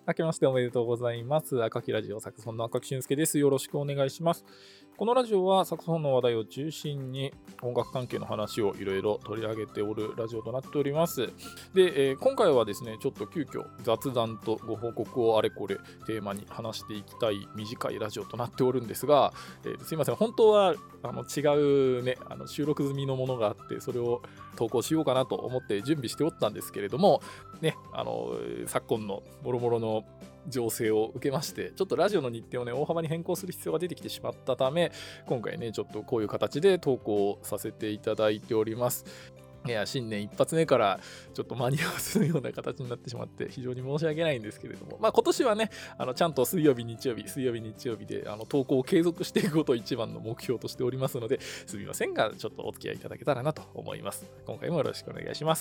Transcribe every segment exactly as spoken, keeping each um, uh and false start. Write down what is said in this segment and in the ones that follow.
明けましておめでとうございます。赤木ラジオサクソフォンの赤木俊介です。よろしくお願いします。このラジオはサクソフォンの話題を中心に音楽関係の話をいろいろ取り上げておるラジオとなっております。で、えー、今回はですね、ちょっと急遽雑談とご報告をあれこれテーマに話していきたい短いラジオとなっておるんですが、えー、すいません、本当はあの違うね、あの収録済みのものがあって、それを投稿しようかなと思って準備しておったんですけれども、ね、あの昨今のもろもろの情勢を受けまして、ちょっとラジオの日程をね、大幅に変更する必要が出てきてしまったため、今回ね、ちょっとこういう形で投稿させていただいております。いや、新年一発目からちょっと間に合わせるような形になってしまって非常に申し訳ないんですけれども、まあ今年はね、あのちゃんと水曜日、日曜日、水曜日、日曜日であの投稿を継続していくことを一番の目標としておりますので、すみませんが、ちょっとお付き合いいただけたらなと思います。今回もよろしくお願いします。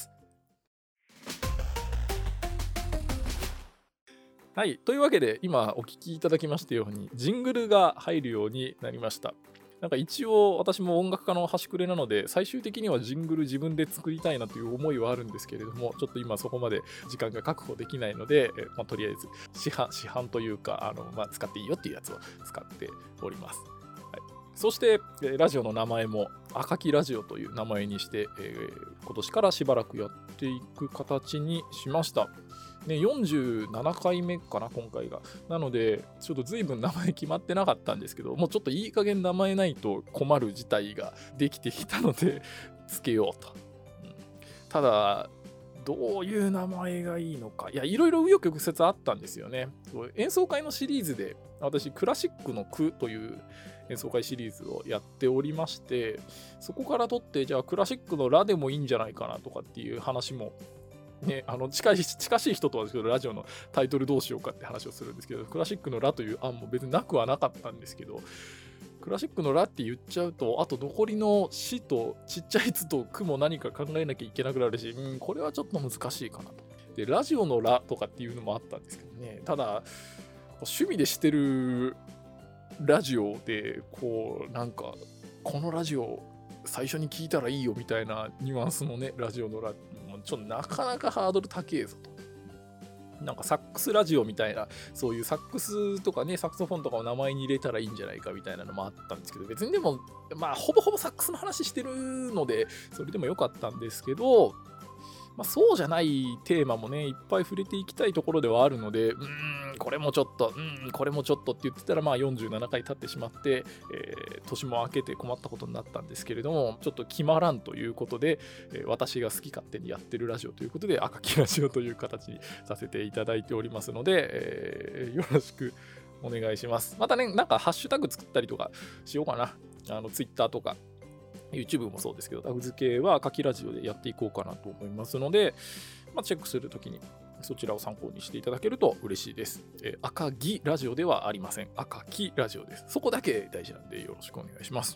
はい。というわけで、今お聞きいただきましたように、ジングルが入るようになりました。なんか一応、私も音楽家の端くれなので、最終的にはジングル自分で作りたいなという思いはあるんですけれども、ちょっと今そこまで時間が確保できないので、えまあ、とりあえず市販、市販というか、あのまあ、使っていいよっていうやつを使っております。はい、そして、えラジオの名前も赤木ラジオという名前にして、えー、今年からしばらくやっていく形にしました。ね、よんじゅうななかいめかな、今回が。なので、ちょっと随分名前決まってなかったんですけど、もうちょっといい加減名前ないと困る事態ができてきたので、つけようと。うん、ただ、どういう名前がいいのか。いや、いろいろ紆余曲折あったんですよね。演奏会のシリーズで、私、クラシックの句という演奏会シリーズをやっておりまして、そこから取って、じゃあクラシックのラでもいいんじゃないかなとかっていう話も、ね、あの近い近しい人とはですけど、ラジオのタイトルどうしようかって話をするんですけど、クラシックのラという案も別になくはなかったんですけど、クラシックのラって言っちゃうと、あと残りのシとちっちゃいつとくも何か考えなきゃいけなくなるし、うん、これはちょっと難しいかなと。で、ラジオのラとかっていうのもあったんですけどね、ただ、趣味でしてるラジオで、こう、なんか、このラジオ最初に聞いたらいいよみたいなニュアンスのね、ラジオのラちょっとなかなかハードル高えぞと。なんかサックスラジオみたいな、そういうサックスとかね、サクソフォンとかを名前に入れたらいいんじゃないかみたいなのもあったんですけど、別にでも、まあ、ほぼほぼサックスの話してるので、それでもよかったんですけど、まあ、そうじゃないテーマもね、いっぱい触れていきたいところではあるので、うーん、これもちょっと、うーん、これもちょっとって言ってたら、まあよんじゅうななかい経ってしまって、えー、年も明けて困ったことになったんですけれども、ちょっと決まらんということで、えー、私が好き勝手にやってるラジオということで、赤木ラジオという形にさせていただいておりますので、えー、よろしくお願いします。またね、なんかハッシュタグ作ったりとかしようかな。あの、ツイッターとか。YouTube もそうですけど、タグ付けは赤木ラジオでやっていこうかなと思いますので、まあ、チェックするときにそちらを参考にしていただけると嬉しいです。えー、赤木ラジオではありません。赤木ラジオです。そこだけ大事なんでよろしくお願いします。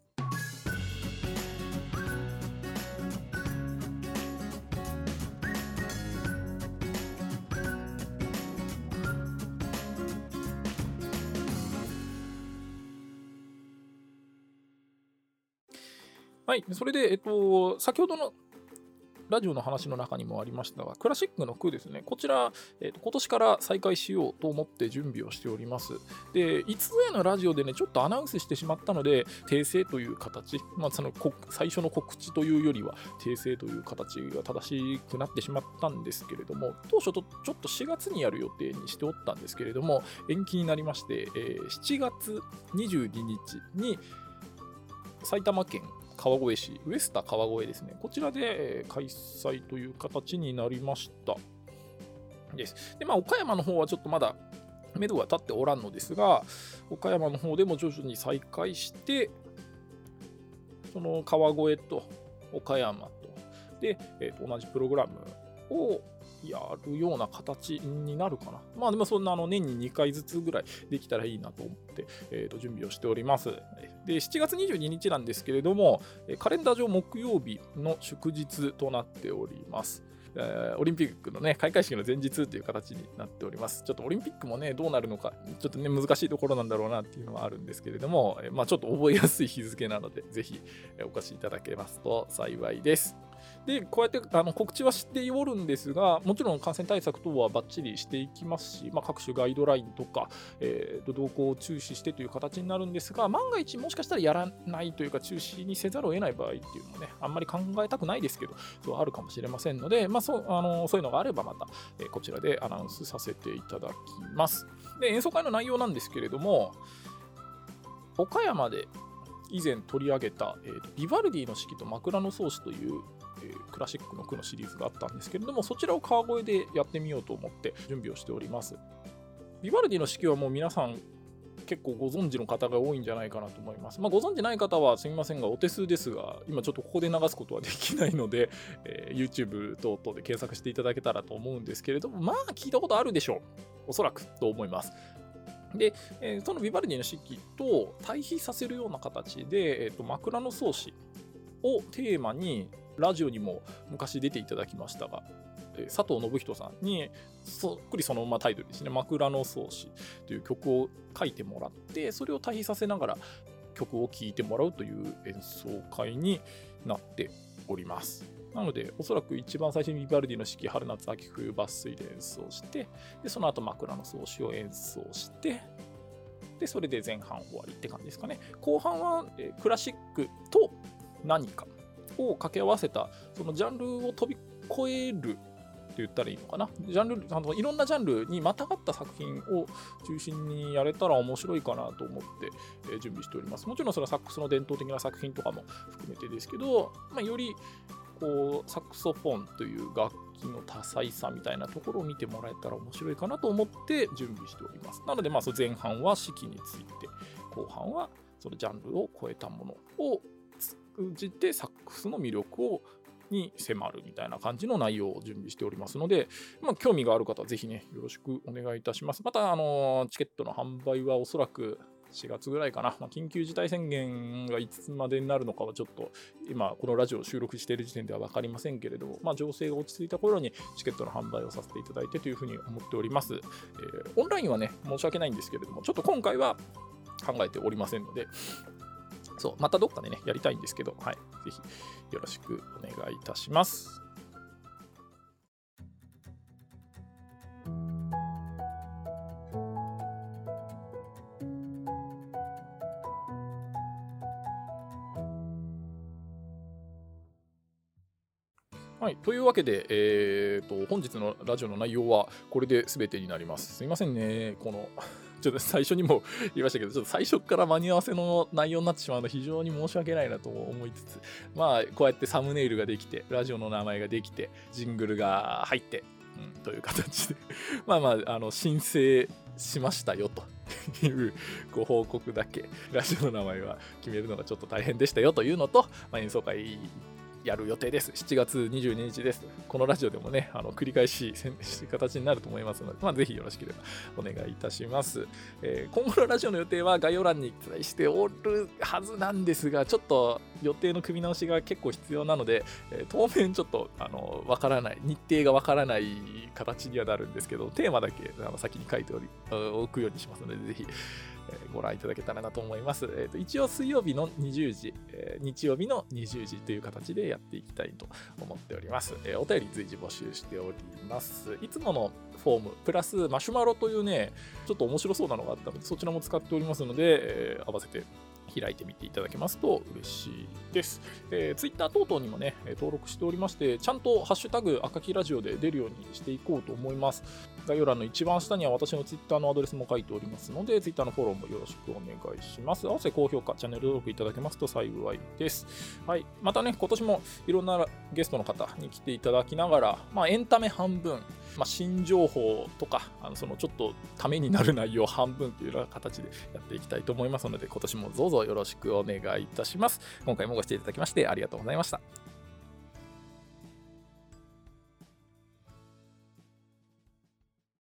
はい、それで、えっと、先ほどのラジオの話の中にもありましたが、クラシックの句ですね。こちら、えー、と今年から再開しようと思って準備をしております。で、いつぞやのラジオでね、ちょっとアナウンスしてしまったので、訂正という形、まあ、その最初の告知というよりは、訂正という形が正しくなってしまったんですけれども、当初とちょっとしがつにやる予定にしておったんですけれども、延期になりまして、えー、しちがつにじゅうににちに埼玉県川越市、ウエスタ川越ですね。こちらで開催という形になりました。です。で、まあ、岡山の方はちょっとまだ目処が立っておらんのですが、岡山の方でも徐々に再開して、その川越と岡山と、で、えー、と同じプログラムをやるような形になるかな。まあでもそんなあの年ににかいずつぐらいできたらいいなと思って、えー、と準備をしております。で、しちがつにじゅうににちなんですけれども、カレンダー上木曜日の祝日となっております。えー、オリンピックのね、開会式の前日という形になっております。ちょっとオリンピックもね、どうなるのか、ちょっとね、難しいところなんだろうなっていうのはあるんですけれども、えー、まあちょっと覚えやすい日付なので、ぜひお越しいただけますと幸いです。 でこうやってあの告知はしておるんですが、もちろん感染対策等はバッチリしていきますし、まあ、各種ガイドラインとか、えー、動向を注視してという形になるんですが、万が一もしかしたらやらないというか中止にせざるを得ない場合っていうのもね、あんまり考えたくないですけど、そうあるかもしれませんので、まあ、そうあのそういうのがあればまた、えー、こちらでアナウンスさせていただきます。で、演奏会の内容なんですけれども、岡山で以前取り上げた、えーと、ビバルディの四季と枕草子という、えー、クラシックの句のシリーズがあったんですけれども、そちらを川越でやってみようと思って準備をしております。ビバルディの四季はもう皆さん結構ご存知の方が多いんじゃないかなと思います。まあ、ご存知ない方はすみませんがお手数ですが、今ちょっとここで流すことはできないので、えー、YouTube 等々で検索していただけたらと思うんですけれども、まあ聞いたことあるでしょう。おそらくと思います。で、えー、そのビバルディの四季と対比させるような形で、えーと、枕草子をテーマにラジオにも昔出ていただきましたが、えー、佐藤信人さんにそっくりそのままタイトルですね、枕草子という曲を書いてもらって、それを対比させながら曲を聴いてもらうという演奏会になっております。なので、おそらく一番最初にビバルディの四季、春夏秋冬抜粋で演奏して、でその後枕草子を演奏して、でそれで前半終わりって感じですかね。後半は、えー、クラシックと何かを掛け合わせた、そのジャンルを飛び越えるって言ったらいいのかな。ジャンル、あのいろんなジャンルにまたがった作品を中心にやれたら面白いかなと思って、えー、準備しております。もちろんそれはサックスの伝統的な作品とかも含めてですけど、まあ、よりこうサックスフォンという楽器の多彩さみたいなところを見てもらえたら面白いかなと思って準備しております。なので、まあ、その前半は四季について、後半はそのジャンルを超えたものを通じてサックスの魅力をに迫るみたいな感じの内容を準備しておりますので、まあ、興味がある方はぜひね、よろしくお願いいたします。また、あのチケットの販売はおそらくしがつぐらいかな、まあ、緊急事態宣言がいつまでになるのかはちょっと今このラジオを収録している時点では分かりませんけれど、まあ、情勢が落ち着いた頃にチケットの販売をさせていただいてというふうに思っております。えー、オンラインはね申し訳ないんですけれども、ちょっと今回は考えておりませんので、そうまたどっかでねやりたいんですけど、はい、ぜひよろしくお願いいたします。はい、というわけで、えー、と本日のラジオの内容はこれで全てになります。すいませんね、このちょっと最初にも言いましたけど、ちょっと最初から間に合わせの内容になってしまうの非常に申し訳ないなと思いつつ、まあこうやってサムネイルができて、ラジオの名前ができて、ジングルが入って、うん、という形でまあまああの申請しましたよというご報告だけ、ラジオの名前は決めるのがちょっと大変でしたよというのと、まあ、演奏会やる予定です。しちがつにじゅうににちです。このラジオでもね、あの繰り返し形になると思いますので、まあ、ぜひよろしければお願いいたします。えー、今後のラジオの予定は概要欄に記載しておるはずなんですが、ちょっと予定の組み直しが結構必要なので、えー、当面ちょっとあのわからない、日程がわからない形にはなるんですけど、テーマだけあの先に書いておりおくようにしますので、ぜひご覧いただけたらなと思います。えー、と一応水曜日のにじゅうじ、えー、日曜日のにじゅうじという形でやっていきたいと思っております。えー、お便り随時募集しております。いつものフォームプラスマシュマロというね、ちょっと面白そうなのがあったので、そちらも使っておりますので、えー、合わせて開いてみていただけますと嬉しいです。えー、Twitter 等々にもね、登録しておりまして、ちゃんとハッシュタグ赤木ラジオで出るようにしていこうと思います。概要欄の一番下には私の Twitter のアドレスも書いておりますので、Twitter のフォローもよろしくお願いします。合わせ高評価、チャンネル登録いただけますと幸いです。はい。またね、今年もいろんなゲストの方に来ていただきながら、まあ、エンタメ半分、まあ、新情報とか、あのそのちょっとためになる内容半分というような形でやっていきたいと思いますので、今年もどうぞよろしくお願いいたします。今回もご視聴いただきましてありがとうございました。